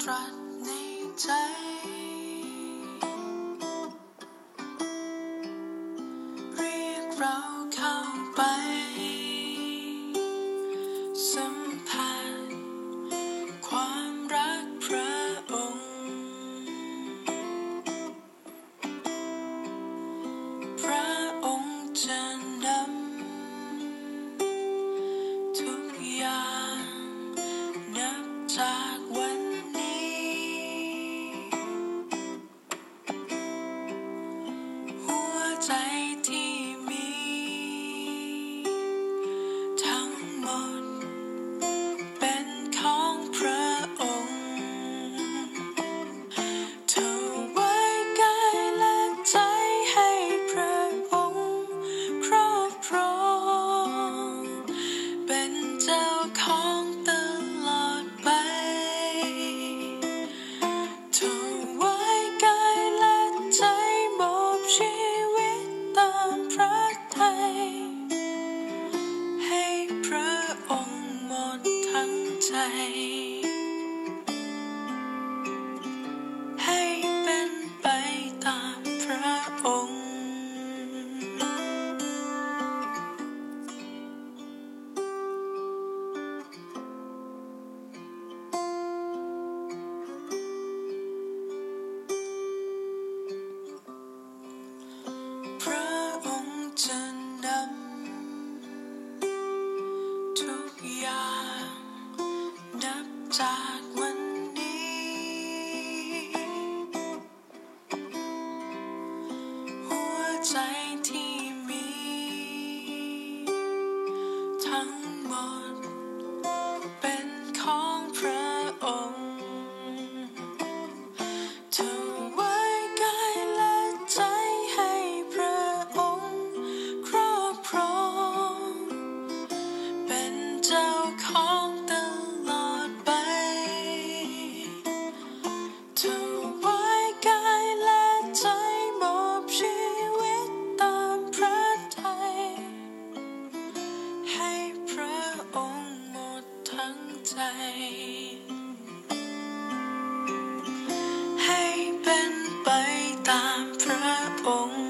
รักในใจเรียกเราเข้าไปสัมผัสความรักพระองค์พระองค์จะนำทุกอย่างนับจากวันนี้หัวใจที่มีทั้งหมดเป็นของพระองค์ถวายกายและใจให้พระองค์ครอบครองเป็นเจ้าของตลอดไปถวายกายและใจมอบชีวิตตามพระทัยให้พระองค์หมดทั้งใจให้เป็นไปตามพระองค์พระองค์จะนำทุกอย่างนับจากวันนี้หัวใจที่มีทั้งหมดเป็นของพระองค์ถวายกายและใจให้พระองค์ครอบครองเป็นเจ้าของตลอดไปถวายกายและใจมอบชีวิตตามพระทัยให้พระองค์หมดทั้งใจให้เป็นไปตามพระองค์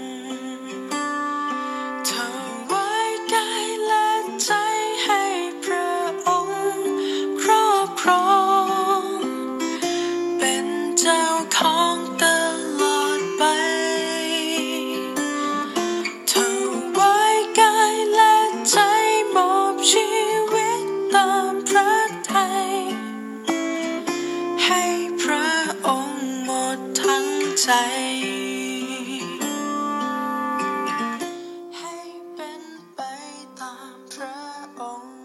ถวายกายและใจให้พระองค์ครอบครองเป็นเจ้าของตลอดไปถวายกายและใจมอบชีวิตตามพระทัยให้พระองค์หมดทั้งใจให้เป็นไปตามพระองค์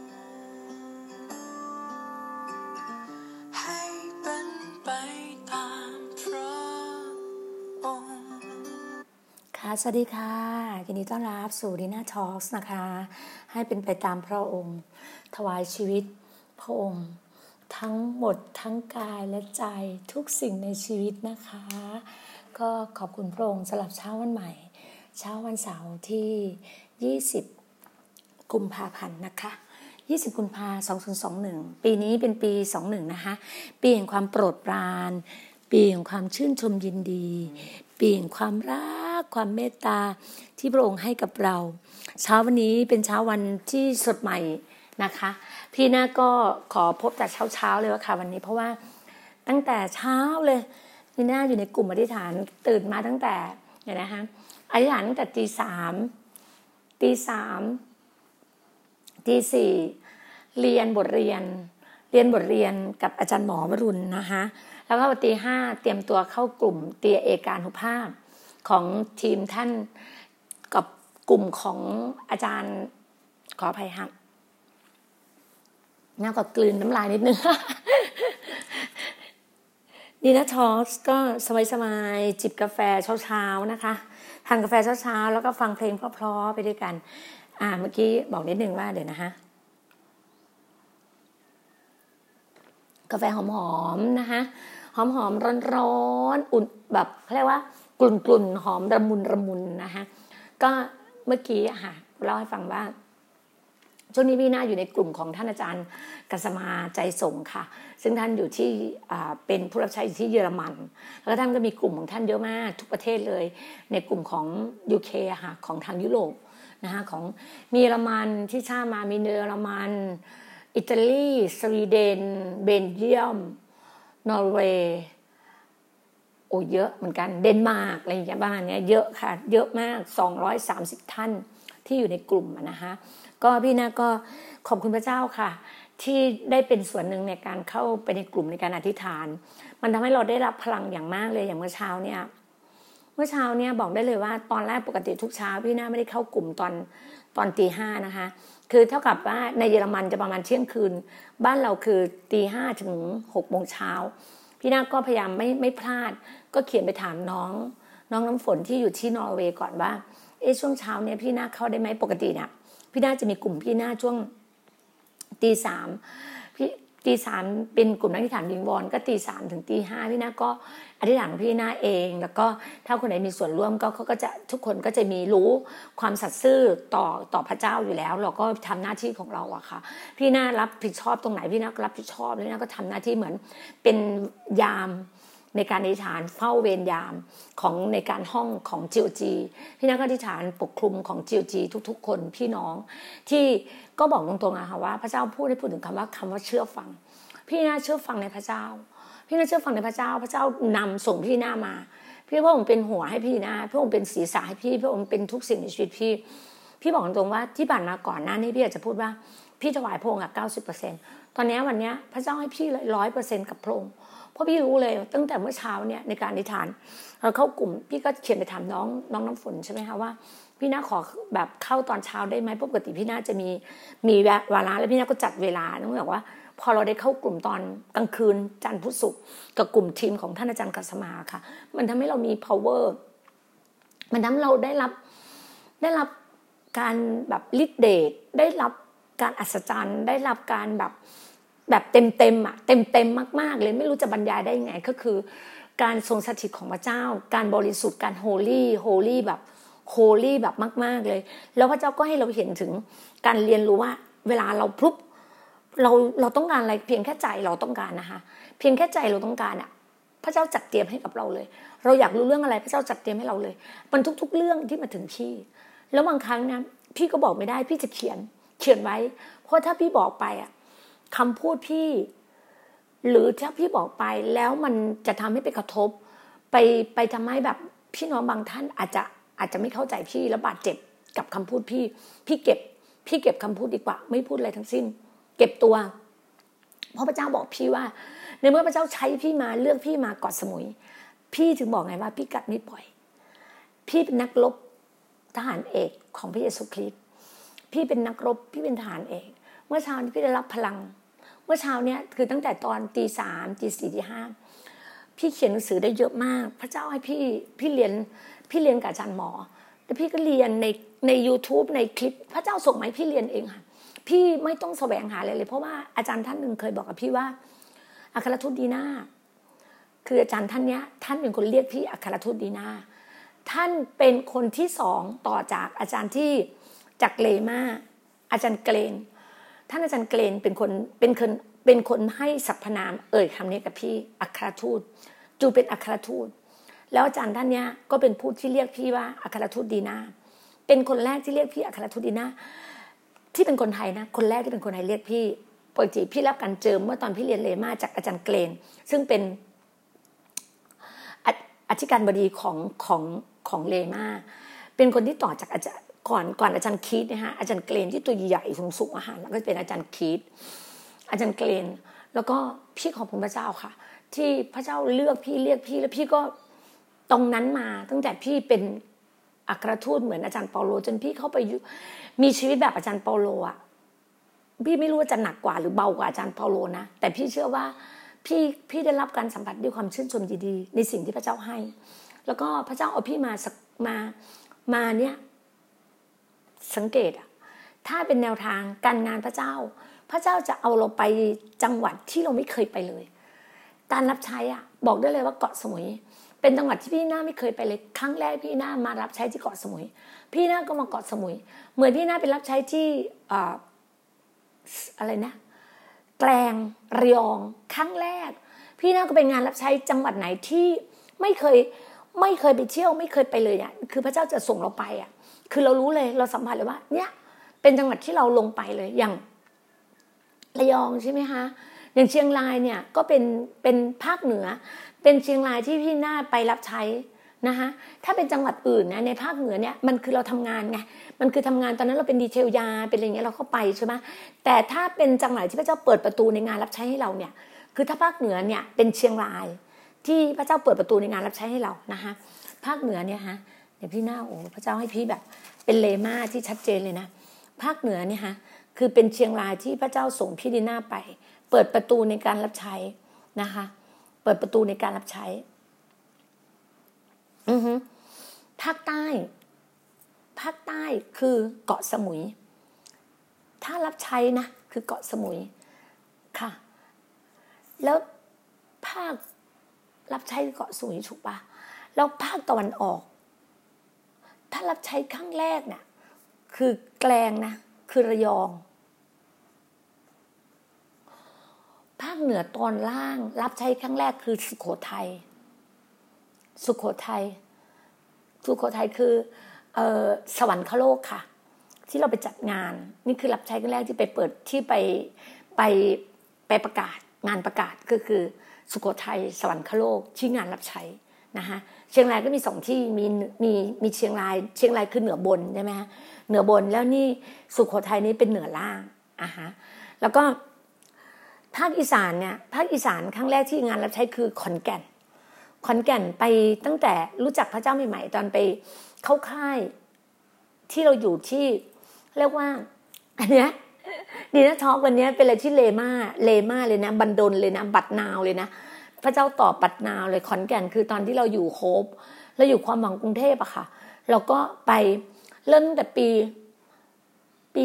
ให้เป็นไปตามพระองค์ค่ะสวัสดีค่ะยินดีต้อนรับสู่ดีน่าทอล์กนะคะ ให้เป็นไปตามพระองค์ถวายชีวิตพระองค์ทั้งหมดทั้งกายและใจทุกสิ่งในชีวิตนะคะ ก็ขอบคุณพระองค์สำหรับเช้าวันใหม่เช้าวันเสาร์ที่20กุมภาพันธ์นะคะ20กุมภาพันธ์2021ปีนี้เป็นปี21นะคะปีแห่งความโปรดปรานปีแห่งความชื่นชมยินดีปีแห่งความรักความเมตตาที่พระองค์ให้กับเราเช้าวันนี้เป็นเช้าวันที่สดใหม่นะคะพี่น่าก็ขอพบแต่เช้าเลยว่าค่ะวันนี้เพราะว่าตั้งแต่เช้าเลยพี่น่าอยู่ในกลุ่มอธิษฐานตื่นมาตั้งแต่เนี่ยนะคะอธิษฐานตั้งแต่ตีสามตีสี่เรียนบทเรียนกับอาจารย์หมอวรุณนะคะแล้วก็ตีห้าเตรียมตัวเข้ากลุ่มเตรียเอกานุภาพของทีมท่านกับกลุ่มของอาจารย์ขออภัยค่ะน่าก็กลืนน้ำลายนิดนึง ดีนะทอล์กก็สบายๆจิบกาแฟเช้าๆนะคะทานกาแฟเช้าๆแล้วก็ฟังเพลงเพราะๆไปด้วยกันเมื่อกี้บอกนิดนึงว่าเดี๋ยวนะฮะกาแฟหอมๆนะคะหอมๆร้อนๆอุ่นแบบเขาเรียกว่ากลุ่นๆหอมระมุนนะคะก็เมื่อกี้ค่ะเล่าให้ฟังว่าช่วงนี้พี่นาอยู่ในกลุ่มของท่านอาจารย์กัสมาใจส่งค่ะซึ่งท่านอยู่ที่เป็นผู้รับใช้อยู่ที่เยอรมันแล้วท่านก็มีกลุ่มของท่านเยอะมากทุกประเทศเลยในกลุ่มของ UK ค่ะของทางยุโรปนะคะของมีเยอรมันที่ทราบมามีเยอรมันอิตาลีสวีเดนเบลเยียมนอร์เวย์โอ้เยอะเหมือนกันเดนมาร์กอะไรอย่างเงี้ยบ้านเนี้ยเยอะค่ะเยอะมาก230ท่านที่อยู่ในกลุ่มนะคะก็พี่นาก็ขอบคุณพระเจ้าค่ะที่ได้เป็นส่วนหนึ่งในการเข้าไปในกลุ่มในการอธิษฐานมันทำให้เราได้รับพลังอย่างมากเลยอย่างเมื่อเช้าเนี่ยบอกได้เลยว่าตอนแรกปกติทุกเช้าพี่นาไม่ได้เข้ากลุ่มตอนตี 5นะคะคือเท่ากับว่าในเยอรมันจะประมาณเที่ยงคืนบ้านเราคือตี 5 ถึง 6 โมงเช้าพี่นาก็พยายามไม่พลาดก็เขียนไปถามน้องน้ำฝนที่อยู่ที่นอร์เวย์ก่อนว่าช่วงเช้าเนี่ยพี่นาเข้าได้ไหมปกติเนี่ยพี่นาจะมีกลุ่มพี่นาช่วงตี 3พี่ตี 3เป็นกลุ่มนักอธิษฐานวิงวอนก็ตี 3 ถึงตี 5พี่นาก็อธิษฐานของพี่นาเองแล้วก็ถ้าคนไหนมีส่วนร่วมก็เขาก็จะทุกคนก็จะมีรู้ความสัตย์ซื่อต่อพระเจ้าอยู่แล้วเราก็ทำหน้าที่ของเราอะค่ะพี่นารับผิดชอบตรงไหนพี่นาก็รับผิดชอบแล้วพี่นาก็ทำหน้าที่เหมือนเป็นยามในการอธิษฐานเฝ้าเวรยามของในการห้องของ GOG พี่นาก็อธิษฐานปกคลุมของ GOG ทุกๆคนพี่น้องที่ก็บอกตรงๆอะค่ะว่าพระเจ้าพูดถึงคำว่าเชื่อฟังพี่นาเชื่อฟังในพระเจ้าพี่นาเชื่อฟังในพระเจ้านำส่งพี่นามาพระองค์เป็นหัวให้พี่นาพระองค์เป็นศีรษะให้พี่พระองค์เป็นทุกสิ่งในชีวิตพี่บอกตรงๆว่าที่ผ่านมาก่อนหน้านี้พี่อาจจะพูดว่าพี่ถวายพระองค์90%ตอนนี้วันนี้พระเจ้าให้พี่เลย 100% กับพระองค์เพราะพี่รู้เลยตั้งแต่เมื่อเช้าเนี่ยในการอธิษฐานเราเข้ากลุ่มพี่ก็เขียนไปถามน้องน้ำฝนใช่ไหมคะว่าพี่นาขอแบบเข้าตอนเช้าได้ไหมปกติพี่นาจะมีเวลาแล้วพี่นาก็จัดเวลาต้องบอกว่าพอเราได้เข้ากลุ่มตอนกลางคืนจันทร์พุธศุกร์กับกลุ่มทีมของท่านอาจารย์กัสมาค่ะมันทำให้เรามี power มันทำให้เราได้รับการแบบฤทธิ์เดชได้รับการอัศจรรย์ได้รับการแบบเต็มอ่ะเต็มมากๆเลยไม่รู้จะบรรยายได้ยังไงก็คือการทรงสถิตของพระเจ้าการบริสุทธิ์การโฮลี่แบบมากๆเลยแล้วพระเจ้าก็ให้เราเห็นถึงการเรียนรู้ว่าเวลาเราพลุบเราต้องการอะไรเพียงแค่ใจเราต้องการนะคะเพียงแค่ใจเราต้องการอ่ะพระเจ้าจัดเตรียมให้กับเราเลยเราอยากรู้เรื่องอะไรพระเจ้าจัดเตรียมให้เราเลยมันทุกๆเรื่องที่มาถึงพี่แล้วบางครั้งนะพี่ก็บอกไม่ได้พี่จะเขียนไว้เพราะถ้าพี่บอกไปอ่ะคำพูดพี่หรือถ้าพี่บอกไปแล้วมันจะทำให้ไปกระทบไปทำให้แบบพี่น้องบางท่านอาจจะไม่เข้าใจพี่แล้วบาดเจ็บกับคำพูดพี่เก็บคำพูดดีกว่าไม่พูดอะไรทั้งสิ้นเก็บตัวเพราะพระเจ้าบอกพี่ว่าในเมื่อพระเจ้าใช้พี่มาเลือกพี่มาเกาะสมุยพี่ถึงบอกไงว่าพี่กัดไม่ปล่อยพี่เป็นนักรบทหารเอกของพระเยซูคริสต์พี่เป็นนักรบพี่เป็นทหารเอกเมื่อเช้านี้พี่ได้รับพลังเมื่อเช้านี้คือตั้งแต่ตอนตี 3 ตี 4 ตี 5พี่เขียนหนังสือได้เยอะมากพระเจ้าให้พี่เรียนกับอาจารย์หมอแล้วพี่ก็เรียนใน YouTube ในคลิปพระเจ้าส่งมาให้พี่เรียนเองค่ะพี่ไม่ต้องแสวงหาอะไรเลยเพราะว่าอาจารย์ท่านหนึ่งเคยบอกกับพี่ว่าอัครทูตดีนาคืออาจารย์ท่านเนี้ยท่านเป็นคนเรียกพี่อัครทูตดีนาท่านเป็นคนที่2ต่อจากอาจารย์ที่จากเลมาอาจารย์เกรนท่านอาจารย์เกรนเป็นคนให้สรรพนามคำนี้กับพี่อัครทูตจูเป็นอัครทูตแล้วอาจารย์ท่านเนี้ยก็เป็นผู้ที่เรียกพี่ว่าอัครทูตดีนาเป็นคนแรกที่เรียกพี่อัครทูตดีนาที่เป็นคนไทยนะคนแรกที่เป็นคนไทยเรียกพี่ปกติพี่รับการเจิมเมื่อตอนพี่เรียนเลมาจากอาจารย์เกรนซึ่งเป็นอธิการบดีของเลมาเป็นคนที่ต่อจากอาจารย์ก่อนอาจารย์คีตนะฮะอาจารย์เกรนที่ตัวใหญ่สูงอาหารแล้วก็เป็นอาจารย์คีตอาจารย์เกรนแล้วก็พี่ขอบคุณพระเจ้าค่ะที่พระเจ้าเรียกพี่แล้วพี่ก็ตรงนั้นมาตั้งแต่พี่เป็นอัครทูตเหมือนอาจารย์เปาโลจนพี่เข้าไปมีชีวิตแบบอาจารย์เปาโลอ่ะพี่ไม่รู้ว่าจะหนักกว่าหรือเบากว่าอาจารย์เปาโลนะแต่พี่เชื่อว่าพี่ได้รับการสัมผัสด้วยความชื่นชมดีๆในสิ่งที่พระเจ้าให้แล้วก็พระเจ้าเอาพี่มาเนี่ยสังเกตอ่ะถ้าเป็นแนวทางการงานพระเจ้าจะเอาเราไปจังหวัดที่เราไม่เคยไปเลยการรับใช้อ่ะบอกได้เลยว่าเกาะสมุยเป็นจังหวัดที่พี่หน้าไม่เคยไปเลยครั้งแรกพี่หน้ามารับใช้ที่เกาะสมุยพี่หน้าก็มาเกาะสมุยเหมือนพี่หน้าไปรับใช้ที่อะไรนะแกลงระยองครั้งแรกพี่น่าก็เป็นงานรับใช้จังหวัดไหนที่ไม่เคยไปเที่ยวไม่เคยไปเลยเนี่ยคือพระเจ้าจะส่งเราไปอ่ะคือเรารู้เลยเราสัมผัสเลยว่าเนี่ยเป็นจังหวัดที่เราลงไปเลยอย่างระยองใช่ไหมคะอย่างเชียงรายเนี่ยก็เป็นภาคเหนือเป็นเชียงรายที่พี่น่าไปรับใช้นะคะถ้าเป็นจังหวัดอื่นนะในภาคเหนือเนี่ยมันคือเราทำงานไงมันคือทำงานตอนนั้นเราเป็นดีเทลยาเป็นอะไรเงี้ยเราเข้าไปใช่ไหมแต่ถ้าเป็นจังหวัดที่พระเจ้าเปิดประตูในงานรับใช้ให้เราเนี่ยคือถ้าภาคเหนือเนี่ยเป็นเชียงรายที่พระเจ้าเปิดประตูในงานรับใช้ให้เรานะคะภาคเหนือเนี่ยฮะเดี๋ยวพี่หน้าโอ้พระเจ้าให้พี่แบบเป็นเลม่าที่ชัดเจนเลยนะภาคเหนือเนี่ยฮะคือเป็นเชียงรายที่พระเจ้าส่งพี่ดีน่าไปเปิดประตูในการรับใช้นะคะเปิดประตูในการรับใช้ภาคใต้คือเกาะสมุยถ้ารับใช้นะคือเกาะสมุยค่ะแล้วภาครับใช้เกาะสมุยถูกปะแล้วภาคตะวันออกถ้ารับใช้ครั้งแรกเนี่ยคือแกลงนะคือระยองภาคเหนือตอนล่างรับใช้ครั้งแรกคือสุโขทัยคือสวรรคโลกค่ะที่เราไปจัดงานนี่คือรับใช้ครั้งแรกที่ไปเปิดที่ไปประกาศงานประกาศก็คือสุโขทัยสวรรคโลกที่งานรับใช้นะคะเชียงรายก็มี2ที่มีเชียงรายคือเหนือบนใช่ไหมฮะเหนือบนแล้วนี่สุโขทัยนี่เป็นเหนือล่างแล้วก็ภาคอีสานเนี่ยภาคอีสานครั้งแรกที่งานรับใช้คือขอนแก่นไปตั้งแต่รู้จักพระเจ้าใหม่ๆตอนไปเข้าค่ายที่เราอยู่ที่เรียกว่าอันเนี้ยดีนะทอล์กวันนี้เป็นอะไรที่เลม่าเลยนะบันดลเลยนะบัดนาวเลยนะพระเจ้าตอบบัดนาวเลยขอนแก่นคือตอนที่เราอยู่โฮปเราอยู่ความหวังกรุงเทพอะค่ะเราก็ไปเริ่มตั้งแต่ปี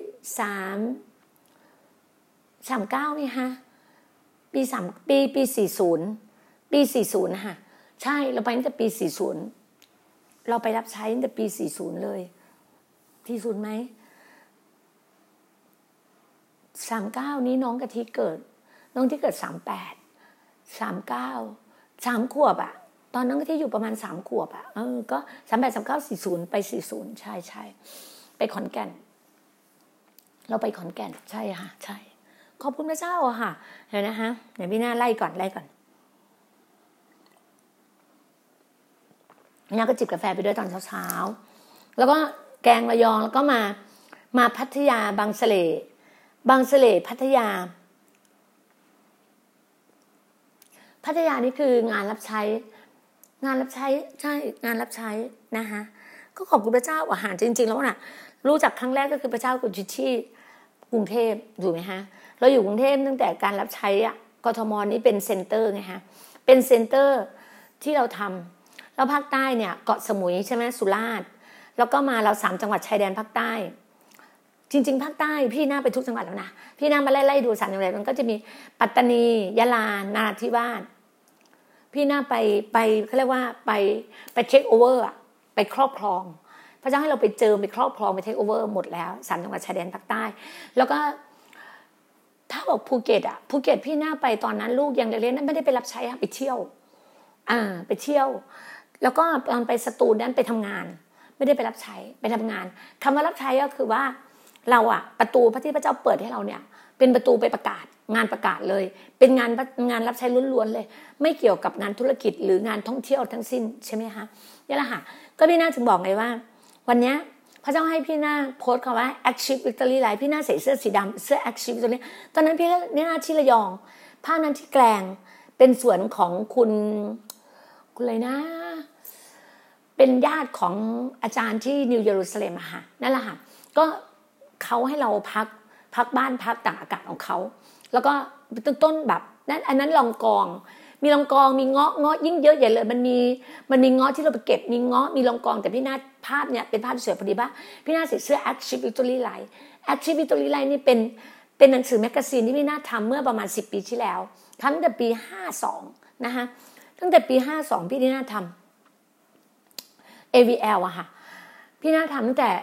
39นี่ฮะปี40นะคะใช่เราไปตั้งแต่ปี40เราไปรับใช้ตั้งแต่ปี40เลย40มั้ย39นี้น้องกะทิเกิดน้องที่เกิด38 39 3ขวบอะตอนน้องกะทิอยู่ประมาณ3ขวบอะก็38 39 40ไป40ใช่ๆไปขอนแก่นเราไปขอนแก่นใช่ค่ะใช่ขอบคุณพระเจ้าอะค่ะเดี๋ยวนะคะเดี๋ยวพี่หน้าไล่ก่อนน้าก็จิบกาแฟไปด้วยตอนเช้าๆแล้วก็แกงระยองแล้วก็มาพัทยาบางสะเลพัทยานี่คืองานรับใช้ใช่งานรับใช้นะคะก็ขอบคุณพระเจ้าอาหารจริงๆแล้วน่ะรู้จักครั้งแรกก็คือพระเจ้ากุจิที่กรุงเทพถูกไหมฮะเราอยู่กรุงเทพตั้งแต่การรับใช้อ่ะกทมนี่เป็นเซ็นเตอร์ไงฮะเป็นเซ็นเตอร์ที่เราทำแล้วภาคใต้เนี่ยเกาะสมุยใช่ไหมสุราษฎร์แล้วก็มาเรา3จังหวัดชายแดนภาคใต้จริงๆภาคใต้พี่น่าไปทุกจังหวัดแล้วนะพี่น่ามาไล่ดู3จังหวัดมันก็จะมีปัตตานียะลานราธิวาสพี่น่าไปเขาเรียกว่าไปเทคโอเวอร์ไปครอบครองพระเจ้าให้เราไปเจอไปครอบครองไปเทคโอเวอร์หมดแล้ว3จังหวัดชายแดนภาคใต้แล้วก็ถ้าบอกภูเก็ตพี่น่าไปตอนนั้นลูกยังเล็กๆนั้นไม่ได้ไปรับใช้ไปเที่ยวไปเที่ยวแล้วก็ตอนไปสตูลนั้นไปทำงานไม่ได้ไปรับใช้ไปทำงานคำว่ารับใช้ก็คือว่าเราประตูที่พระเจ้าเปิดให้เราเนี่ยเป็นประตูไปประกาศงานประกาศเลยเป็นงานรับใช้ล้วนๆเลยไม่เกี่ยวกับงานธุรกิจหรืองานท่องเที่ยวทั้งสิ้นใช่ไหมคะนี่แหละค่ะก็พี่น่าถึงบอกไงว่าวันนี้พระเจ้าให้พี่น่าโพสต์คำว่า Achieve Victory Life พี่น่าใส่เสื้อสีดำเสื้อ Achieve Victory ตอนนั้นพี่น่าที่ระยองภาคนั้นที่แกลงเป็นสวนของคุณอะไรนะเป็นญาติของอาจารย์ที่นิวเยรูซาเล็มค่ะนั่นแหละค่ะก็เขาให้เราพักบ้านพักต่างอากาศของเขาแล้วก็ต้นแบบนั้นอันนั้นลองกองมีลองกองมีเงาะยิ่งเยอะใหญ่เลยมันมีเงาะที่เราไปเก็บมีเงาะมีลองกองแต่พี่นาภาพเนี่ยเป็นภาพสวยพอดีป่ะพี่นาใส่เสื้อ Achieve Victory Life Achieve Victory Life นี่เป็นหนังสือแมกกาซีนที่พี่นาทำเมื่อประมาณ10ปีที่แล้วทำตั้งแต่ปี52นะคะตั้งแต่ปี52พี่นาทำ AVL อะค่ะพี่นาทำตั้งแต่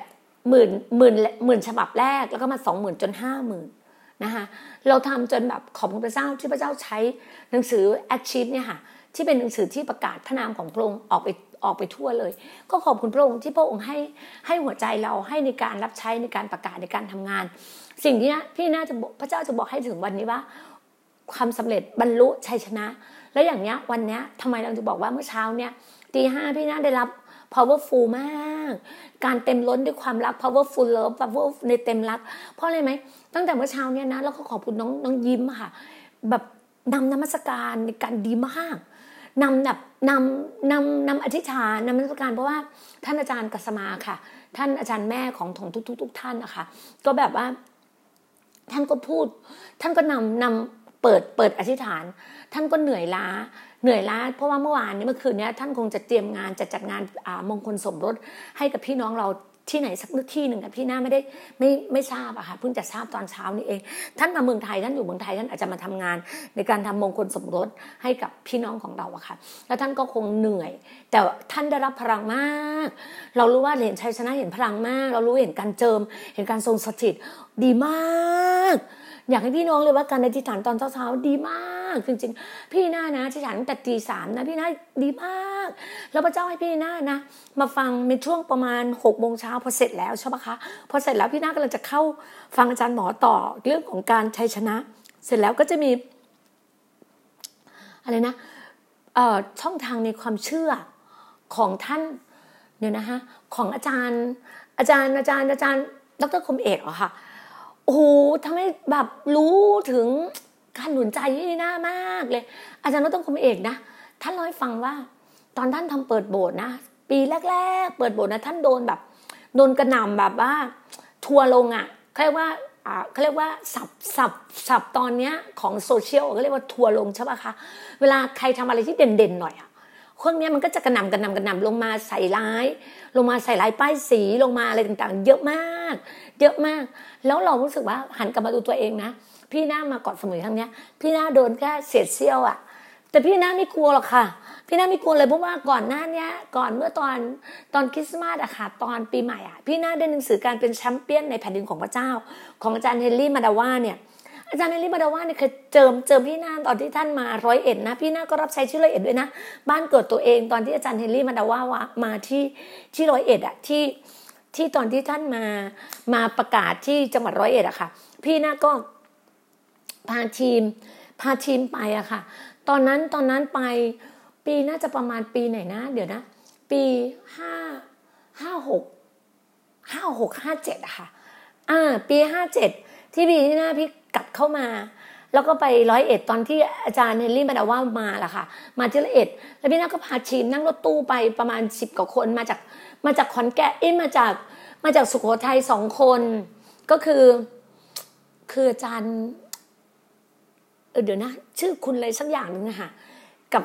หมื่นฉบับแรกแล้วก็มา 20,000 จน 50,000 นะคะเราทำจนแบบขอบคุณพระเจ้าที่พระเจ้าใช้หนังสือ Achieve เนี่ยค่ะที่เป็นหนังสือที่ประกาศพระนามของพระองค์ออกไปทั่วเลยก็ขอบคุณพระองค์ที่พระองค์ให้หัวใจเราให้ในการรับใช้ในการประกาศในการทำงานสิ่งที่พี่น่าจะพระเจ้าจะบอกให้ถึงวันนี้ว่าความสำเร็จบรรลุชัยชนะแล้วอย่างเนี้ยวันเนี้ยทำไมเราจะบอกว่าเมื่อเช้าเนี่ยตี 5พี่น่าได้รับ powerful มากการเต็มล้นด้วยความรัก powerful love power ในเต็มรักเพราะอะไรไหมตั้งแต่เมื่อเช้าเนี่ยนะแล้วก็ขอบคุณน้องยิ้มค่ะแบบนำนมัสการในการดีมากนำอธิษฐานนำนมัสการเพราะว่าท่านอาจารย์กัสมาค่ะท่านอาจารย์แม่ของทุกท่านนะคะก็แบบว่าท่านก็พูดท่านก็นำเปิดอธิษฐานท่านก็เหนื่อยล้าเพราะว่าเมื่อคืนนี้ท่านคงจะเตรียมงานจัดงานมงคลสมรสให้กับพี่น้องเราที่ไหนสักที่หนึ่งพี่หน้าไม่ทราบอะค่ะเพิ่งจะทราบตอนเช้านี้เองท่านมาเมืองไทยท่านอยู่เมืองไทยท่านอาจจะมาทำงานในการทำมงคลสมรสให้กับพี่น้องของเราอะค่ะแล้วท่านก็คงเหนื่อยแต่ท่านได้รับพลังมากเรารู้ว่าเห็นชัยชนะเห็นพลังมากเรารู้เห็นการเจิมเห็นการทรงสถิตดีมากอยากให้พี่น้องเลยว่าการอธิษฐานตอนเช้าดีมากจริงๆพี่หน้านะอธิษฐานตั้งแต่ตี 3นะพี่หน้าดีมากแล้วพระเจ้าให้พี่หน้านะมาฟังในช่วงประมาณ 6 โมงเช้าพอเสร็จแล้วใช่ปะคะพอเสร็จแล้วพี่หน้ากำลังจะเข้าฟังอาจารย์หมอต่อเรื่องของการชัยชนะเสร็จแล้วก็จะมีอะไรนะช่องทางในความเชื่อของท่านเนี่ยนะคะของอาจารย์ดร.คมเอกเหรอค่ะโอ้โหทำให้แบบรู้ถึงการหนุนใจที่น่ามากเลยอาจารย์ดร.คมเอกนะท่านเล่าให้ฟังว่าตอนท่านทำเปิดโบสถ์นะปีแรกๆเปิดโบสถ์นะท่านโดนกระหน่ำแบบว่าทัวร์ลงอ่ะเขาเรียกว่าสับตอนเนี้ยของโซเชียลเขาเรียกว่าทัวร์ลงใช่ป่ะคะเวลาใครทำอะไรที่เด่นๆหน่อยอ่ะเครื่องนี้มันก็จะกระหน่ำลงมาใส่ร้ายป้ายสีลงมาอะไรต่างๆเยอะมากแล้วเรารู้สึกว่าหันกลับมาดูตัวเองนะพี่หน้ามาเกาะสมุยครั้งนี้พี่หน้าโดนแค่เศษเสี้ยวอ่ะแต่พี่หน้าไม่กลัวหรอกค่ะพี่หน้าไม่กลัวเลยเพราะว่าก่อนหน้านี้ก่อนเมื่อตอนคริสต์มาสอะค่ะตอนปีใหม่อะพี่หน้าได้หนังสือการเป็นแชมเปี้ยนในแผ่นดินของพระเจ้าของอาจารย์เฮนรี่มาดาว่าเนี่ยอาจารย์เฮนรี่มาดาว่าเนี่ยเคยเจิมพี่หน้าตอนที่ท่านมา101นะพี่หน้าก็รับใช้ที่101ด้วยนะบ้านเกิดตัวเองตอนที่อาจารย์เฮนรี่มาดาว่ามาที่101อะที่ตอนที่ท่านมาประกาศที่จังหวัด101อะค่ะพี่หน้าก็พาทีมไปอะค่ะตอนนั้นไปปีน่าจะประมาณปีไหนนะเดี๋ยวนะปี56 57อะค่ะปี57ที่ปีที่หน้าพี่กลับเข้ามาแล้วก็ไป101ตอนที่อาจารย์เฮนรี่มาดาว่ามาล่ะค่ะมาที่101แล้วพี่หน้าก็พาทีมนั่งรถตู้ไปประมาณ10 กว่าคนมาจากขอนแก่นมาจากสุโขทัย2 คนก็คืออาจารย์เดี๋ยวนะชื่อคุณอะไรสักอย่างนึงอะค่ะกับ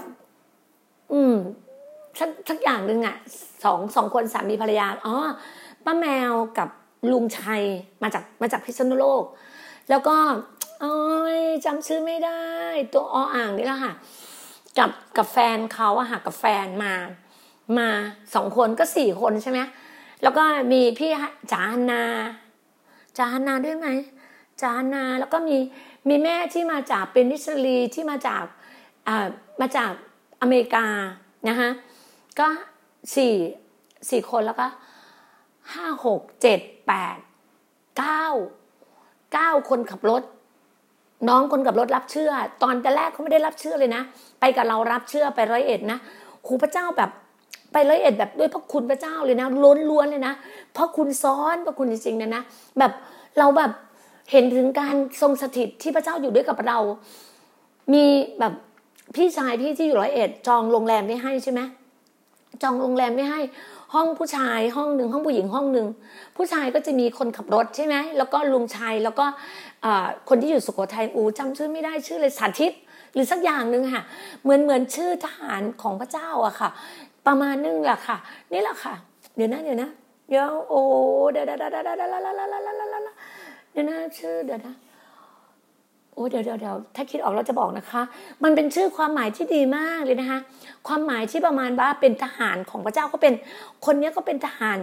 สักอย่างนึงอะสองคนสามีภรรยาป้าแมวกับลุงชัยมาจากพิษณุโลกแล้วก็จำชื่อไม่ได้ตัวอ่างนี่แหละค่ะกับแฟนเขาอะค่ะกับแฟนมา2 คนก็4 คนใช่ไหมแล้วก็มีพี่จ๋าฮันนาด้วยไหมจ๋าฮันนาแล้วก็มีแม่ที่มาจากเป็นมิสซิลีที่มาจากอเมริกานะคะก็4 คนแล้วก็5 6 7 8 9 คนขับรถน้องคนขับรถรับเชื่อตอนแรกเขาไม่ได้รับเชื่อเลยนะไปกับเรารับเชื่อไป101นะครูพระเจ้าแบบไป101แบบด้วยพระคุณพระเจ้าเลยนะล้วนๆเลยนะเพราะคุณซ้อนพระคุณจริงๆนะแบบเราแบบเห็นถึงการทรงสถิตที่พระเจ้าอยู่ด้วยกับเรามีแบบพี่ชายพี่ที่อยู่101จองโรงแรมไม่ให้ใช่ไหมจองโรงแรมไม่ให้ห้องผู้ชายห้องนึงห้องผู้หญิงห้องนึงผู้ชายก็จะมีคนขับรถใช่ไหมแล้วก็ลุงชายแล้วก็คนที่อยู่สุโขทัยจำชื่อไม่ได้ชื่อเลยสาธิตหรือสักอย่างนึงค่ะเหมือนชื่อทหารของพระเจ้าอะค่ะประมาณนึงแหละค่ะนี่แหละค่ะเดี๋ยวนะเดี๋ยวนะเชื่อเดี๋ยวนะโอ้เดี๋ยวถ้าคิดออกเราจะบอกนะคะมันเป็นชื่อความหมายที่ดีมากเลยนะคะความหมายที่ประมาณว่าเป็นทหารของพระเจ้าก็เป็นคนนี้ก็เป็นท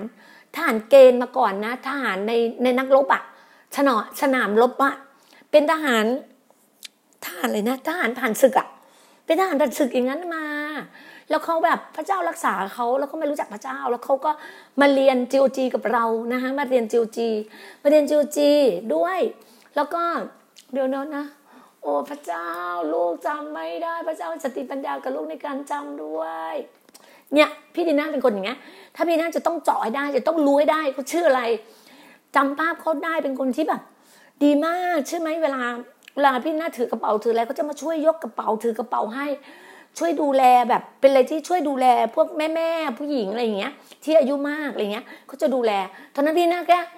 ทหารเกณฑ์มาก่อนนะทหารในนักรบอ่ะสนามรบอ่ะเป็นทหารเลยนะทหารผ่านศึกอ่ะเป็นทหารผ่านศึกอย่างนั้นมาแล้วเขาแบบพระเจ้ารักษาเขาแล้วเขาไม่รู้จักพระเจ้าแล้วเขาก็มาเรียน GOG กับเรานะคะมาเรียน GOG ด้วยแล้วก็เดี๋ยวนะโอ้พระเจ้าลูกจำไม่ได้พระเจ้าสติปัญญากับลูกในการจำด้วยเนี่ยพี่ดีน่าเป็นคนอย่างเงี้ยถ้าพี่ดีน่าจะต้องเจาะให้ได้จะต้องรู้ให้ได้เขาชื่ออะไรจำภาพเขาได้เป็นคนที่แบบดีมากใช่ไหมเวลาพี่ดีน่าถือกระเป๋าถืออะไรเขาจะมาช่วยยกกระเป๋าถือกระเป๋าให้ช่วยดูแลแบบเป็นอะไรที่ช่วยดูแลพวกแม่ผู้หญิงอะไรอย่างเงี้ยที่อายุมากอะไรเงี้ยเขาจะดูแลตอนนั้นพี่ดีน่าแค่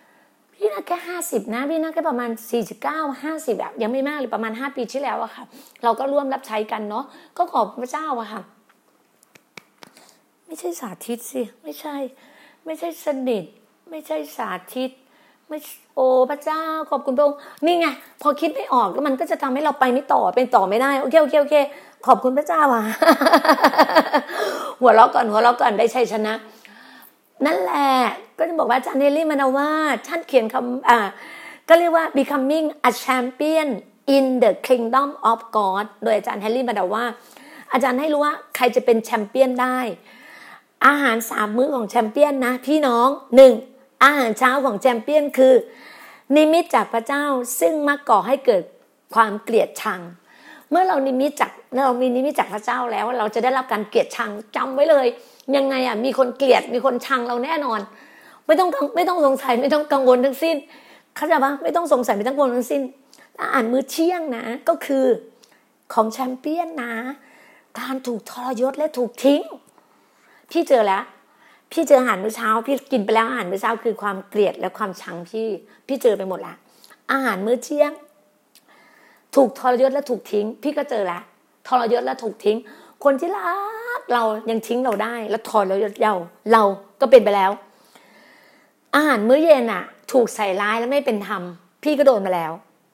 50นะพี่น่าแค่ประมาณ49-50แบบยังไม่มากเลยประมาณ5ปีที่แล้วอะค่ะเราก็ร่วมรับใช้กันเนาะก็ขอบพระเจ้าอะค่ะไม่ใช่สาธิตสิไม่ใช่สนิทไม่ใช่สาธิตไม่โอ้พระเจ้าขอบคุณพระองค์นี่ไงพอคิดไม่ออกแล้วมันก็จะทำให้เราไปไม่ต่อเป็นต่อไม่ได้โอเคขอบคุณพระเจ้าอะหัวเราะก่อนได้ชัยชนะนั่นแหละก็จะบอกว่าอาจารย์เฮนรี่มานาวาท่านเขียนคำก็เรียกว่า becoming a champion in the kingdom of God โดยอาจารย์เฮนรี่มานาวาอาจารย์ให้รู้ว่าใครจะเป็นแชมเปี้ยนได้อาหาร3มื้อของแชมเปี้ยนนะพี่น้อง1อาหารเช้าของแชมเปี้ยนคือนิมิตจากพระเจ้าซึ่งมักก่อให้เกิดความเกลียดชังเมื่อเรามีนิมิตจากพระเจ้าแล้วเราจะได้รับการเกลียดชังจำไว้เลยยังไงอ่ะมีคนเกลียดมีคนชังเราแน่นอนไม่ต้องสงสัยไม่ต้องกังวลทั้งสิ้นเข้าใจปะไม่ต้องสงสัยไม่ต้องกังวลทั้งสิ้นอาหารมื้อเที่ยงนะก็คือของแชมเปี้ยนนะการถูกทรยศและถูกทิ้งพี่เจอแล้วพี่เจออาหารมื้อเช้าพี่กินไปแล้วอาหารมื้อเช้าคือความเกลียดและความชังพี่เจอไปหมดละอาหารมื้อเที่ยงถูกทรยศและถูกทิ้งพี่ก็เจอแล้วทรยศและถูกทิ้งคนที่รักเรายังทิ้งเราได้แล้วทรยศเราก็เป็นไปแล้วอาหารมื้อเย็นอ่ะถูกใส่ร้ายและไม่เป็นธรรมพี่ก็โดนมาแล้ว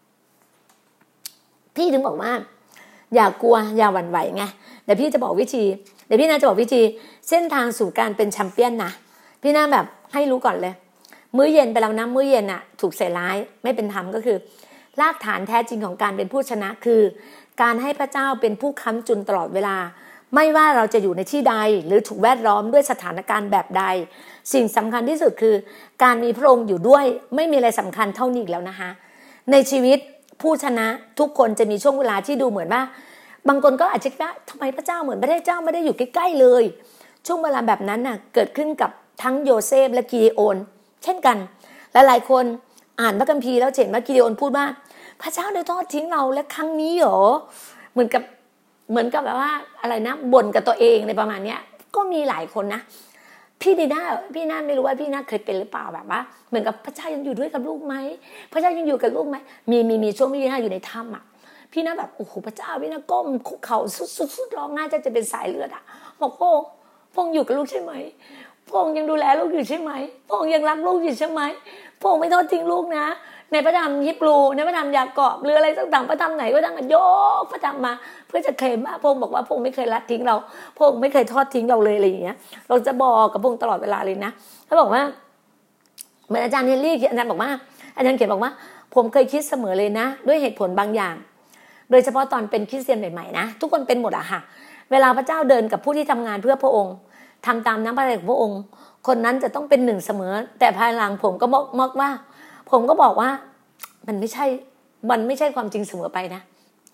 พี่ถึงบอกว่าอย่ากลัวอย่าหวั่นไหวไงเดี๋ยวพี่น่าจะบอกวิธีเส้นทางสู่การเป็นแชมเปี้ยนนะพี่น่าแบบให้รู้ก่อนเลยมื้อเย็นไปแล้วนะมื้อเย็นอ่ะถูกใส่ร้ายไม่เป็นธรรมก็คือรากฐานแท้จริงของการเป็นผู้ชนะคือการให้พระเจ้าเป็นผู้ค้ำจุนตลอดเวลาไม่ว่าเราจะอยู่ในที่ใดหรือถูกแวดล้อมด้วยสถานการณ์แบบใดสิ่งสำคัญที่สุดคือการมีพระองค์อยู่ด้วยไม่มีอะไรสำคัญเท่านี้อีกแล้วนะคะในชีวิตผู้ชนะทุกคนจะมีช่วงเวลาที่ดูเหมือนว่าบางคนก็อาจจะคิดว่าทำไมพระเจ้าเหมือนพระเจ้าไม่ได้อยู่ใกล้ๆเลยช่วงเวลาแบบนั้นน่ะเกิดขึ้นกับทั้งโยเซฟและกิเดโอนเช่นกันและหลายคนอ่านพระคัมภีร์แล้วเห็นว่ากิเดโอนพูดว่าพระเจ้าได้ทอดทิ้งเราและครั้งนี้เหรอเหมือนกับแบบว่าอะไรนะบ่นกับตัวเองในประมาณเนี้ยก็มีหลายคนนะพี่น่าไม่รู้ว่าพี่น่าเคยเป็นหรือเปล่าแบบว่าเหมือนกับพระเจ้ายังอยู่ด้วยกับลูกไหมพระเจ้ายังอยู่กับลูกไหมมีช่วงพี่น่าอยู่ในถ้ำอ่ะพี่น่าแบบโอ้โหพระเจ้าพี่น่าก้มคุกเข่าสุดร้องไห้จะเป็นสายเลือดอ่ะบอกพระองค์อยู่กับลูกใช่ไหมพระองค์ยังดูแลลูกอยู่ใช่ไหมพระองค์ยังรักลูกอยู่ใช่ไหมพระองค์ไม่ทอดทิ้งลูกนะในพระธรรมยิบรูในพระธรรมยากอบหรืออะไรต่างๆพระธรรมไหนก็ตั้งยกพระธรรมมาเพื่อจะเคลมว่าพระองค์บอกว่าพระองค์ไม่เคยละทิ้งเราพระองค์ไม่เคยทอดทิ้งเราเลยอะไรอย่างเงี้ยเราจะบอกกับพระองค์ตลอดเวลาเลยนะเขาบอกว่าเหมือนอาจารย์เฮนรี่อาจารย์บอกว่าอาจารย์เขียนบอกว่าผมเคยคิดเสมอเลยนะด้วยเหตุผลบางอย่างโดยเฉพาะตอนเป็นคริสเตียนใหม่ๆนะทุกคนเป็นหมดอะค่ะเวลาพระเจ้าเดินกับผู้ที่ทำงานเพื่อพระองค์ทำตามน้ำพระทัยของพระองค์คนนั้นจะต้องเป็นหนึ่งเสมอแต่ภายหลังผมก็บอกว่ามันไม่ใช่ความจริงเสมอไปนะ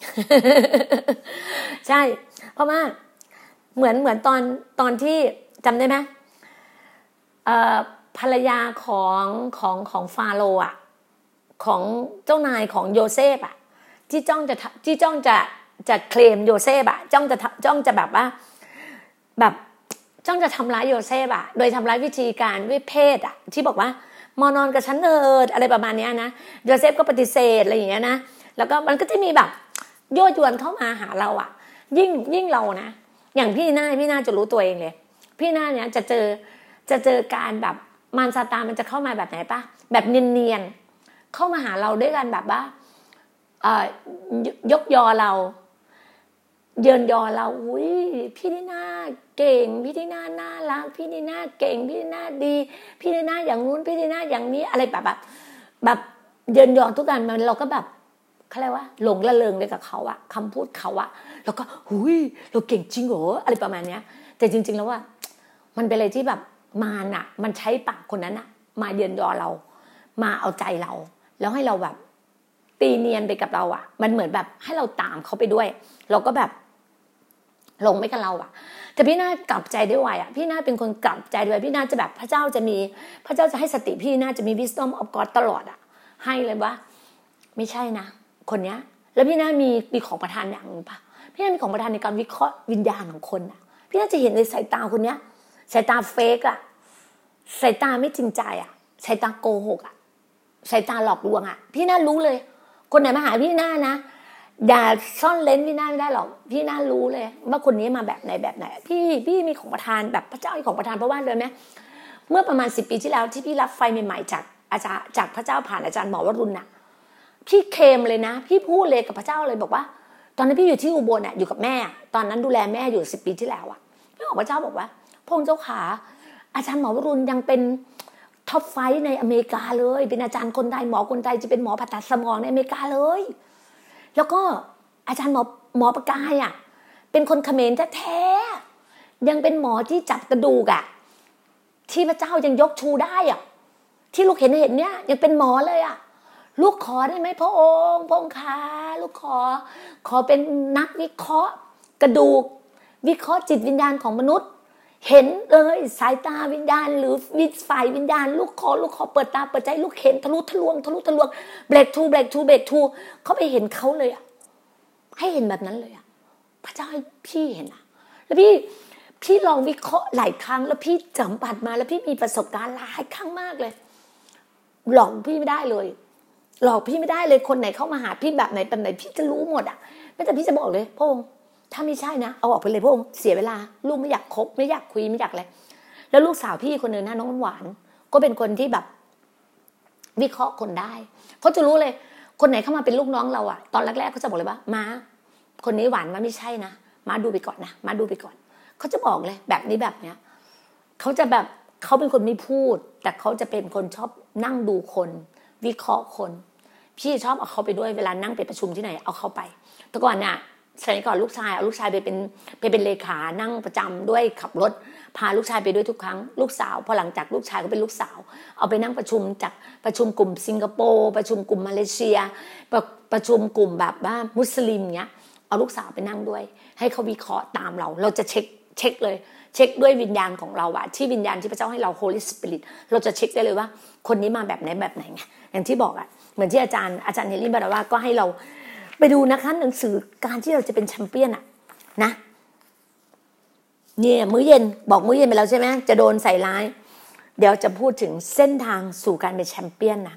ใช่เพราะว่าเหมือนตอนที่จำได้ไหมภรรยาของฟาโรห์อ่ะของเจ้านายของโยเซฟอ่ะที่จ้องจะเคลมโยเซฟอ่ะจ้องจะแบบว่าแบบจ้องจะทำร้ายโยเซฟอ่ะโดยทำร้ายวิธีการด้วยเพศอ่ะที่บอกว่ามานอนกับฉันเถิดอะไรประมาณนี้นะโยเซฟก็ปฏิเสธอะไรอย่างเงี้ยนะแล้วก็มันก็จะมีแบบยั่วยวนเข้ามาหาเราอ่ะยิ่งเรานะอย่างพี่น่าจะรู้ตัวเองเลยพี่น่าเนี่ยจะเจอการแบบมารซาตานมันจะเข้ามาแบบไหนปะแบบเนียนๆเข้ามาหาเราด้วยกันแบบว่ายกยอเราเยินยอเราอุ้ยพี่นีน่าเก่งพี่นีน่าน่ารักพี่นีน่าเก่งพี่นีน่าดีพี่นีน่าอย่างนู้นพี่นีน่าอย่างนี้อะไรแบบเยินยอทุกการมันเราก็แบบเขาเรียกว่าหลงระเริงเลยกับเขาอะคำพูดเขาอะแล้วก็หุยเราเก่งจริงเหรออะไรประมาณเนี้ยแต่จริงๆแล้วว่ามันเป็นอะไรที่แบบมารอะมันใช้ปากคนนั้นอะมาเยินยอเรามาเอาใจเราแล้วให้เราแบบตีเนียนไปกับเราอะมันเหมือนแบบให้เราตามเขาไปด้วยเราก็แบบลงไม่กับเราอะแต่พี่น่ากลับใจได้ไวอะพี่น่าเป็นคนกลับใจด้วยพี่น่าจะแบบพระเจ้าจะให้สติพี่น่าจะมี wisdom of God ตลอดอะให้เลยว่าไม่ใช่นะคนเนี้ยแล้วพี่น่ามีของประทานอย่างนึงปะพี่น่ามีของประทานในการวิเคราะห์วิญญาณของคนอะพี่น่าจะเห็นในสายตาคนเนี้ยสายตาเฟกอะสายตาไม่จริงใจอะสายตาโกหกอะสายตาหลอกลวงอะพี่น่ารู้เลยคนไหนมาหาพี่น่านะอย่าซ่อนเลนพี่น่าไม่ได้หรอกพี่น่ารู้เลยว่าคนนี้มาแบบไหนพี่มีของประทานแบบพระเจ้าให้ของประทานเพราะว่าเลยไหมเมื่อประมาณ10 ปีที่แล้วที่พี่รับไฟใหม่ๆจากอาจารย์จากพระเจ้าผ่านอาจารย์หมอวรุณน่ะพี่เคมเลยนะพี่พูดเลยกับพระเจ้าเลยบอกว่าตอนนั้นพี่อยู่ที่อุบลน่ะอยู่กับแม่ตอนนั้นดูแลแม่อยู่10 ปีที่แล้วอ่ะพี่บอกพระเจ้าบอกว่าพระองค์เจ้าขาอาจารย์หมอวรุณยังเป็นท็อปไฟในอเมริกาเลยเป็นอาจารย์คนไทยหมอคนไทยจะเป็นหมอผ่าตัดสมองในอเมริกาเลยแล้วก็อาจารย์หมอประกายอ่ะเป็นคนเขมรแท้ๆยังเป็นหมอที่จับกระดูกอ่ะที่พระเจ้ายังยกชูได้อ่ะที่ลูกเห็นเนี่ยยังเป็นหมอเลยอ่ะลูกขอได้ไหมพระองค์คะลูกขอเป็นนักวิเคราะห์กระดูกวิเคราะห์จิตวิญญาณของมนุษย์เห็นเลยสายตาวิญญาณหรือฝ่ายวิญญาณลูกขอเปิดตาเปิดใจลูกเห็นทะลุทะลวงเบรกทูเขาไปเห็นเขาเลยอ่ะให้เห็นแบบนั้นเลยอ่ะพระเจ้าให้พี่เห็นอ่ะแล้วพี่ลองวิเคราะห์หลายครั้งแล้วพี่สัมผัสมาแล้วพี่มีประสบการณ์หลายครั้งมากเลยหลอกพี่ไม่ได้เลยหลอกพี่ไม่ได้เลยคนไหนเข้ามาหาพี่แบบไหนพี่จะรู้หมดอ่ะไม่แต่พี่จะบอกเลยพระองค์ถ้าไม่ใช่นะเอาออกไปเลยพระองค์เสียเวลาลูกไม่อยากคบไม่อยากคุยไม่อยากอะไรแล้วลูกสาวพี่คนนึงนะน้องหวานก็เป็นคนที่แบบวิเคราะห์คนได้เขาจะรู้เลยคนไหนเข้ามาเป็นลูกน้องเราอ่ะตอนแรกๆเขาจะบอกเลยว่าม้าคนนี้หวานมาไม่ใช่นะม้าดูไปก่อนนะม้าดูไปก่อนเขาจะบอกเลยแบบนี้แบบเนี้ยเขาจะแบบเขาเป็นคนไม่พูดแต่เขาจะเป็นคนชอบนั่งดูคนวิเคราะห์คนพี่ชอบเอาเขาไปด้วยเวลานั่งไปประชุมที่ไหนเอาเขาไปแต่ก่อนเนี่ยสมัยก่อนลูกชายเอาลูกชายไปเป็นเลขานั่งประจำด้วยขับรถพาลูกชายไปด้วยทุกครั้งลูกสาวพอหลังจากลูกชายก็เป็นลูกสาวเอาไปนั่งประชุมจากประชุมกลุ่มสิงคโปร์ประชุมกลุ่มมาเลเซียประชุมกลุ่มแบบว่ามุสลิมเงี้ยเอาลูกสาวไปนั่งด้วยให้เขาวิเคราะห์ตามเราจะเช็คเลยเช็คด้วยวิญญาณของเราอะที่วิญญาณที่พระเจ้าให้เรา Holy Spirit เราจะเช็คได้เลยว่าคนนี้มาแบบไหนไงอย่างที่บอกอะเหมือนที่อาจารย์เฮนรี่บาราว่าก็ให้เราไปดูนะคะหนังสือการที่เราจะเป็นแชมเปี้ยนอะนะเนี่ยมื้อเย็นบอกมื้อเย็นไปแล้วใช่ไหมจะโดนใส่ร้ายเดี๋ยวจะพูดถึงเส้นทางสู่การเป็นแชมเปี้ยนนะ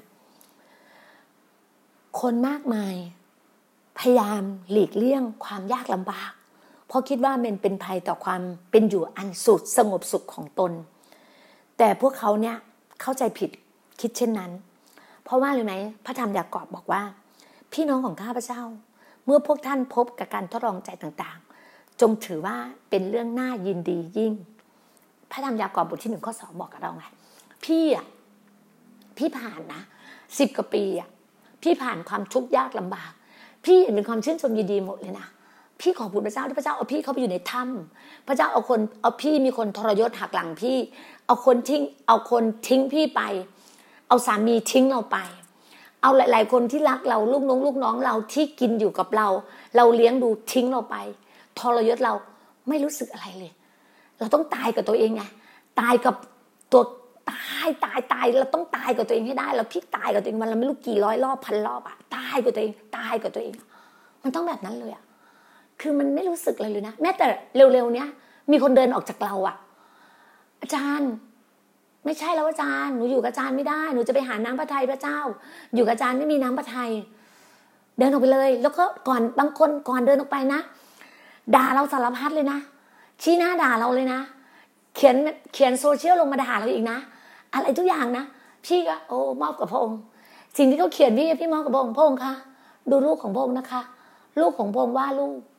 คนมากมายพยายามหลีกเลี่ยงความยากลำบากเพราะคิดว่ามันเป็นภัยต่อความเป็นอยู่อันสุดสงบสุขของตนแต่พวกเขาเนี่ยเข้าใจผิดคิดเช่นนั้นเพราะว่าเลยไหมพระธรรมยากอบบอกว่าพี่น้องของข้าพเจ้าเมื่อพวกท่านพบกับการทดลองใจต่างๆจงถือว่าเป็นเรื่องน่ายินดียิ่งพระธรรมยากอบบทที่1 ข้อ 2บอกกับเราไงพี่ผ่านนะ10 กว่าปีอ่ะพี่ผ่านความทุกข์ยากลำบากพี่เห็นเป็นความชื่นชมยินดีหมดเลยนะพี่ขอบคุณพระเจ้าที่พระเจ้าเอาพี่เข้าไปอยู่ในถ้ำพระเจ้าเอาพี่มีคนทรยศหักหลังพี่เอาคนทิ้งพี่ไปเอาสามีทิ้งเราไปเอาหลายๆคนที่รักเราลูกน้องเราที่กินอยู่กับเราเลี้ยงดูทิ้งเราไปทรยศเราไม่รู้สึกอะไรเลยเราต้องตายกับตัวเองไงตายกับตัวตายเราต้องตายกับตัวเองให้ได้แล้วพี่ตายกับตัวเองวันละไม่รู้กี่ร้อยรอบพันรอบอะตายกับตัวเองมันต้องแบบนั้นเลยอะคือมันไม่รู้สึกอะไรเลยนะแม้แต่เร็วๆเนี้ยมีคนเดินออกจากเราอะอาจารย์ไม่ใช่แล้วอาจารย์หนูอยู่กับอาจารย์ไม่ได้หนูจะไปหาน้ำพระทัยพระเจ้าอยู่กับอาจารย์ไม่มีน้ำพระทัยเดินออกไปเลยแล้วก็บางคนก่อนเดินออกไปนะด่าเราสารพัดเลยนะชี้หน้าด่าเราเลยนะเขียนโซเชียลลงมาด่าเราอีกนะอะไรทุกอย่างนะพี่ก็มอบกับพระองค์สิ่งที่เขาเขียนพี่มอบกับพระองค์คะดูลูกของพระองค์นะคะลูกของพระองค์ว่าลูก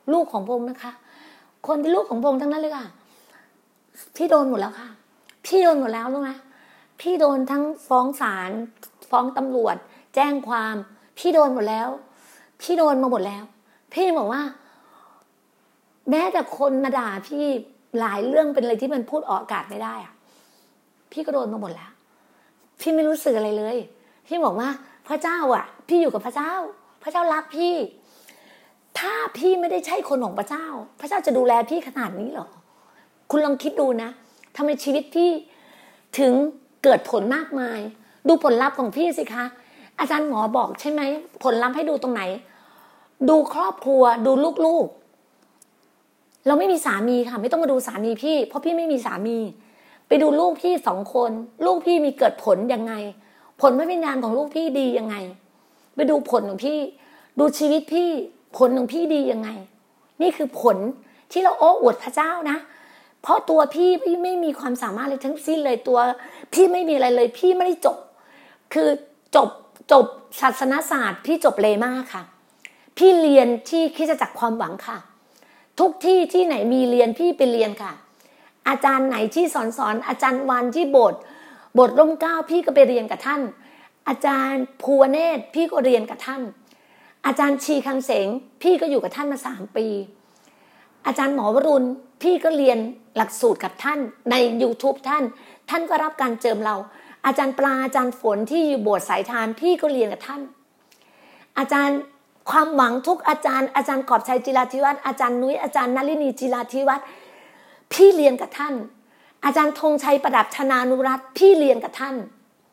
ลูกของพระองค์นะคะคนที่ลูกของพระองค์ทั้งนั้นเลยค่ะพี่โดนหมดแล้วค่ะพี่โดนหมดแล้วรู้ไหมพี่โดนทั้งฟ้องศาลฟ้องตำรวจแจ้งความพี่โดนหมดแล้วพี่โดนมาหมดแล้วพี่บอกว่าแม้แต่คนมาด่าพี่หลายเรื่องเป็นอะไรที่มันพูดออกอากาศไม่ได้อะพี่ก็โดนมาหมดแล้วพี่ไม่รู้สึกอะไรเลยพี่บอกว่าพระเจ้าอ่ะพี่อยู่กับพระเจ้าพระเจ้ารักพี่ถ้าพี่ไม่ได้ใช่คนของพระเจ้าพระเจ้าจะดูแลพี่ขนาดนี้หรอคุณลองคิดดูนะทำไมชีวิตพี่ถึงเกิดผลมากมายดูผลลัพธ์ของพี่สิคะอาจารย์หมอบอกใช่ไหมผลลัพธ์ให้ดูตรงไหนดูครอบครัวดูลูกๆเราไม่มีสามีค่ะไม่ต้องมาดูสามีพี่เพราะพี่ไม่มีสามีไปดูลูกพี่2 คนลูกพี่มีเกิดผลยังไงผลพระวิญญาณของลูกพี่ดียังไงไปดูผลของพี่ดูชีวิตพี่ผลของพี่ดียังไงนี่คือผลที่เราโอ้อวดพระเจ้านะเพราะตัวพี่ไม่มีความสามารถเลยทั้งสิ้นเลยตัวพี่ไม่มีอะไรเลยพี่ไม่ได้จบคือจบศาสนศาสตร์พี่จบเลม่าค่ะพี่เรียนที่คริสตจักรความหวังค่ะทุกที่ไหนมีเรียนพี่ไปเรียนค่ะอาจารย์ไหนที่สอนอาจารย์วันที่โบสถ์ร่มเกล้าพี่ก็ไปเรียนกับท่านอาจารย์ภูวเนศพี่ก็เรียนกับท่านอาจารย์ชีคังเสงพี่ก็อยู่กับท่านมา3 ปีอาจารย์หมอวรุณพี่ก็เรียนหลักสูตรกับท่านใน YouTube ท่านก็รับการเจิมเราอาจารย์ปลาอาจารย์ฝนที่อยู่โบสถ์สายทานพี่ก็เรียนกับท่านอาจารย์ความหวังทุกอาจารย์กอบชัยจิราธิวัฒน์อาจารย์นุ้ยอาจารย์นลินีจิราธิวัฒน์พี่เรียนกับท่านอาจารย์ธงชัยประดับธนานุรัตน์พี่เรียนกับท่าน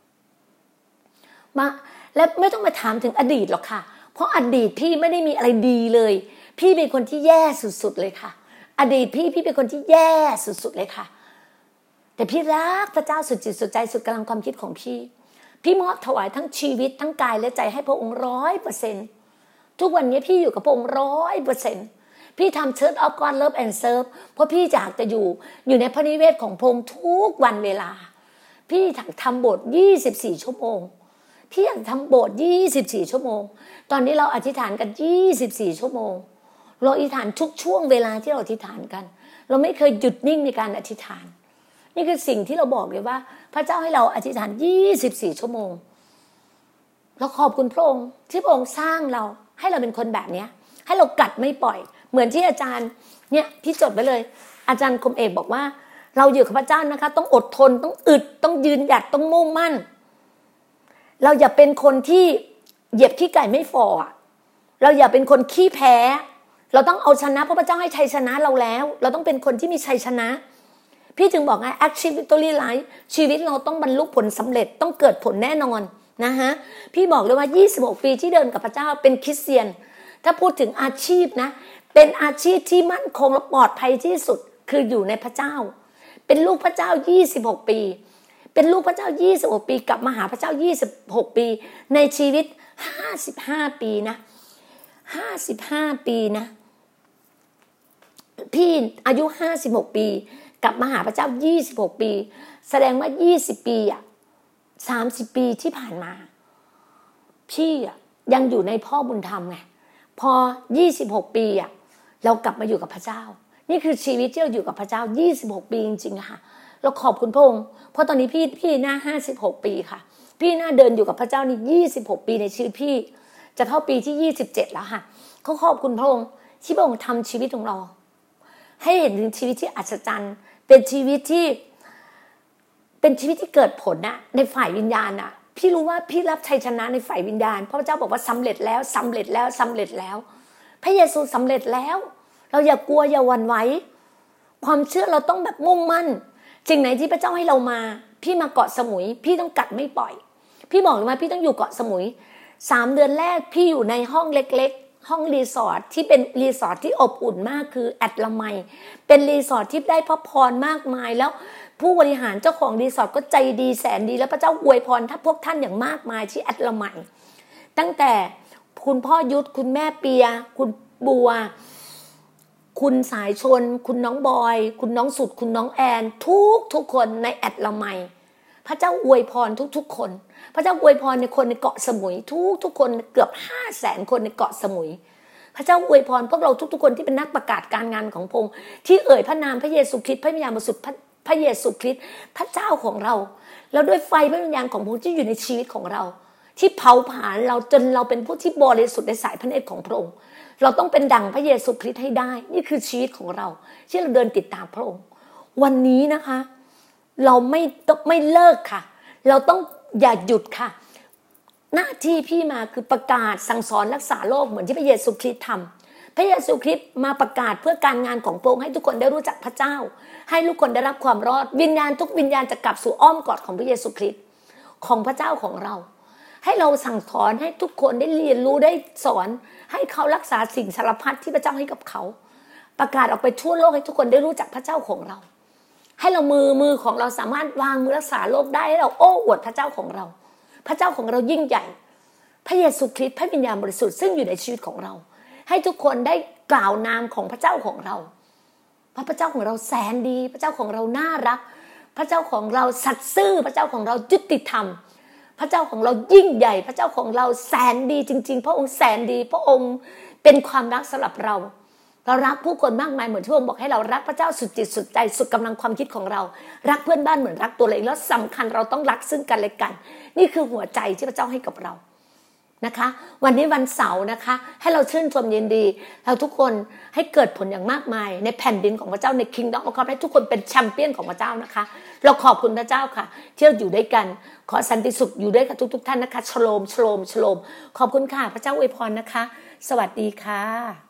มาและไม่ต้องมาถามถึงอดีตหรอกค่ะเพราะอดีตพี่ไม่ได้มีอะไรดีเลยพี่เป็นคนที่แย่สุดๆเลยค่ะอดีตพี่เป็นคนที่แย่สุดๆเลยค่ะแต่พี่รักพระเจ้าสุดจิตสุดใจสุดกำลังความคิดของพี่มอบถวายทั้งชีวิตทั้งกายและใจให้พระองค์100%ทุกวันนี้พี่อยู่กับพระองค์100%พี่ทำ Church of God Love and Serve เพราะพี่อยากจะอยู่ในพระนิเวศของพระองค์ทุกวันเวลาพี่ทำโบสถ์24 ชั่วโมงพี่อยากทำโบสถ์24 ชั่วโมงตอนนี้เราอธิษฐานกัน24 ชั่วโมงเราอธิษฐานทุกช่วงเวลาที่เราอธิษฐานกันเราไม่เคยหยุดนิ่งในการอธิษฐานนี่คือสิ่งที่เราบอกเลยว่าพระเจ้าให้เราอธิษฐาน24 ชั่วโมงเราขอบคุณพระองค์ที่พระองค์สร้างเราให้เราเป็นคนแบบนี้ให้เรากัดไม่ปล่อยเหมือนที่อาจารย์เนี่ยพี่จดไว้เลยอาจารย์คมเอกบอกว่าเราอยู่กับพระเจ้านะคะต้องอดทนต้องอึดต้องยืนหยัดต้องมุ่งมั่นเราอย่าเป็นคนที่เหยียบขี้ไก่ไม่ฝ่อเราอย่าเป็นคนขี้แพ้เราต้องเอาชนะเพราะพระเจ้าให้ชัยชนะเราแล้วเราต้องเป็นคนที่มีชัยชนะพี่จึงบอกไง Achieve Victory Life ชีวิตเราต้องบรรลุผลสำเร็จต้องเกิดผลแน่นอนนะฮะพี่บอกเลยว่า26 ปีที่เดินกับพระเจ้าเป็นคริสเตียนถ้าพูดถึงอาชีพนะเป็นอาชีพที่มั่นคงและปลอดภัยที่สุดคืออยู่ในพระเจ้าเป็นลูกพระเจ้า26 ปีเป็นลูกพระเจ้า26 ปีกลับมาหาพระเจ้า26 ปีในชีวิต55 ปีนะ55 ปีนะพี่อายุ56 ปีกลับมาหาพระเจ้า26 ปีแสดงว่า20 ปี30 ปีที่ผ่านมาพี่ยังอยู่ในพ่อบุญธรรมไงพอ26 ปีเรากลับมาอยู่กับพระเจ้านี่คือชีวิตที่เราอยู่กับพระเจ้า26 ปีจริงๆค่ะเราขอบคุณพระองค์เพราะตอนนี้พี่หน้า56 ปีค่ะพี่หน้าเดินอยู่กับพระเจ้านี่26 ปีในชีวิตพี่จะเข้าปีที่27แล้วค่ะเขาขอบคุณพระองค์ที่พระองค์ทำชีวิตของเราให้เห็นถึงชีวิตที่อัศจรรย์เป็นชีวิตที่เกิดผลในฝ่ายวิญญาณพี่รู้ว่าพี่รับชัยชนะในฝ่ายวิญญาณเพราะพระเจ้าบอกว่าสำเร็จแล้วพระเยซูสำเร็จแล้วเราอย่ากลัวอย่าหวั่นไหวความเชื่อเราต้องแบบมุ่งมั่นสิ่งไหนที่พระเจ้าให้เรามาพี่มาเกาะสมุยพี่ต้องกัดไม่ปล่อยพี่บอกเลยว่าพี่ต้องอยู่เกาะสมุย3 เดือนแรกพี่อยู่ในห้องเล็กๆห้องรีสอร์ทที่เป็นรีสอร์ทที่อบอุ่นมากคือแอดละไมเป็นรีสอร์ทที่ได้พระพรมากมายแล้วผู้บริหารเจ้าของรีสอร์ทก็ใจดีแสนดีแล้วพระเจ้าอวยพรถ้าพวกท่านอย่างมากมายที่แอดละไมตั้งแต่คุณพ่อยุทธคุณแม่เปียคุณบัวคุณสายชนคุณน้องบอยคุณน้องสุดคุณน้องแอนทุกคนในแอดละไมพระเจ้าอวยพรทุกคนพระเจ้าอวยพรในคนในเกาะสมุยทุกคนเกือบ500,000 คนในเกาะสมุยพระเจ้าอวยพรพวกเราทุกๆคนที่เป็นนักประกาศการงานของพระองค์ที่เอ่ยพระนามพระเยซูคริสต์พระวิญญาณบริสุทธิ์พระเยซูคริสต์พระเจ้าของเราแล้วด้วยไฟพระวิญญาณของพระองค์ที่อยู่ในชีวิตของเราที่เผาผลาญเราจนเราเป็นผู้ที่บริสุทธิ์ในสายพระเนตรของพระองค์เราต้องเป็นดั่งพระเยซูคริสต์ให้ได้นี่คือชีวิตของเราที่เราเดินติดตามพระองค์วันนี้นะคะเราไม่เลิกค่ะเราต้องอย่าหยุดค่ะหน้าที่พี่มาคือประกาศสั่งสอนรักษาโลกเหมือนที่พระเยซูคริสต์ทำพระเยซูคริสต์มาประกาศเพื่อการงานของพระองค์ให้ทุกคนได้รู้จักพระเจ้าให้ทุกคนได้รับความรอดวิญญาณทุกวิญญาณจะกลับสู่อ้อมกอดของพระเยซูคริสต์ของพระเจ้าของเราให้เราสั่งสอนให้ทุกคนได้เรียนรู้ได้สอนให้เขารักษาสิ่งสารพัดที่พระเจ้าให้กับเขาประกาศออกไปทั่วโลกให้ทุกคนได้รู้จักพระเจ้าของเราให้เรามือของเราสามารถวางมือรักษาโลกได้ให้เราโอ้อวดพระเจ้าของเราพระเจ้าของเรายิ่งใหญ่พระเยซูคริสต์พระวิญญาณบริสุทธิ์ซึ่งอยู่ในชีวิตของเราให้ทุกคนได้กล่าวนามของพระเจ้าของเราพระเจ้าของเราแสนดีพระเจ้าของเราน่ารักพระเจ้าของเราสัตย์ซื่อพระเจ้าของเรายุติธรรมพระเจ้าของเรายิ่งใหญ่พระเจ้าของเราแสนดีจริงๆพระองค์แสนดีพระองค์เป็นความรักสำหรับเรารักผู้คนมากมายเหมือนที่พระองค์บอกให้เรารักพระเจ้าสุดจิตสุดใจสุดกำลังความคิดของเรารักเพื่อนบ้านเหมือนรักตัวเองแล้วสำคัญเราต้องรักซึ่งกันและกันนี่คือหัวใจที่พระเจ้าให้กับเรานะคะวันนี้วันเสาร์นะคะให้เราชื่นชมยินดีเราทุกคนให้เกิดผลอย่างมากมายในแผ่นดินของพระเจ้าใน Kingdom of God ให้ทุกคนเป็นแชมเปี้ยนของพระเจ้านะคะเราขอบคุณพระเจ้าค่ะที่เราอยู่ด้วยกันขอสันติสุขอยู่ด้วยกับทุกท่านนะคะชโลมชโลมชโลมขอบคุณค่ะพระเจ้าอวยพรนะคะสวัสดีค่ะ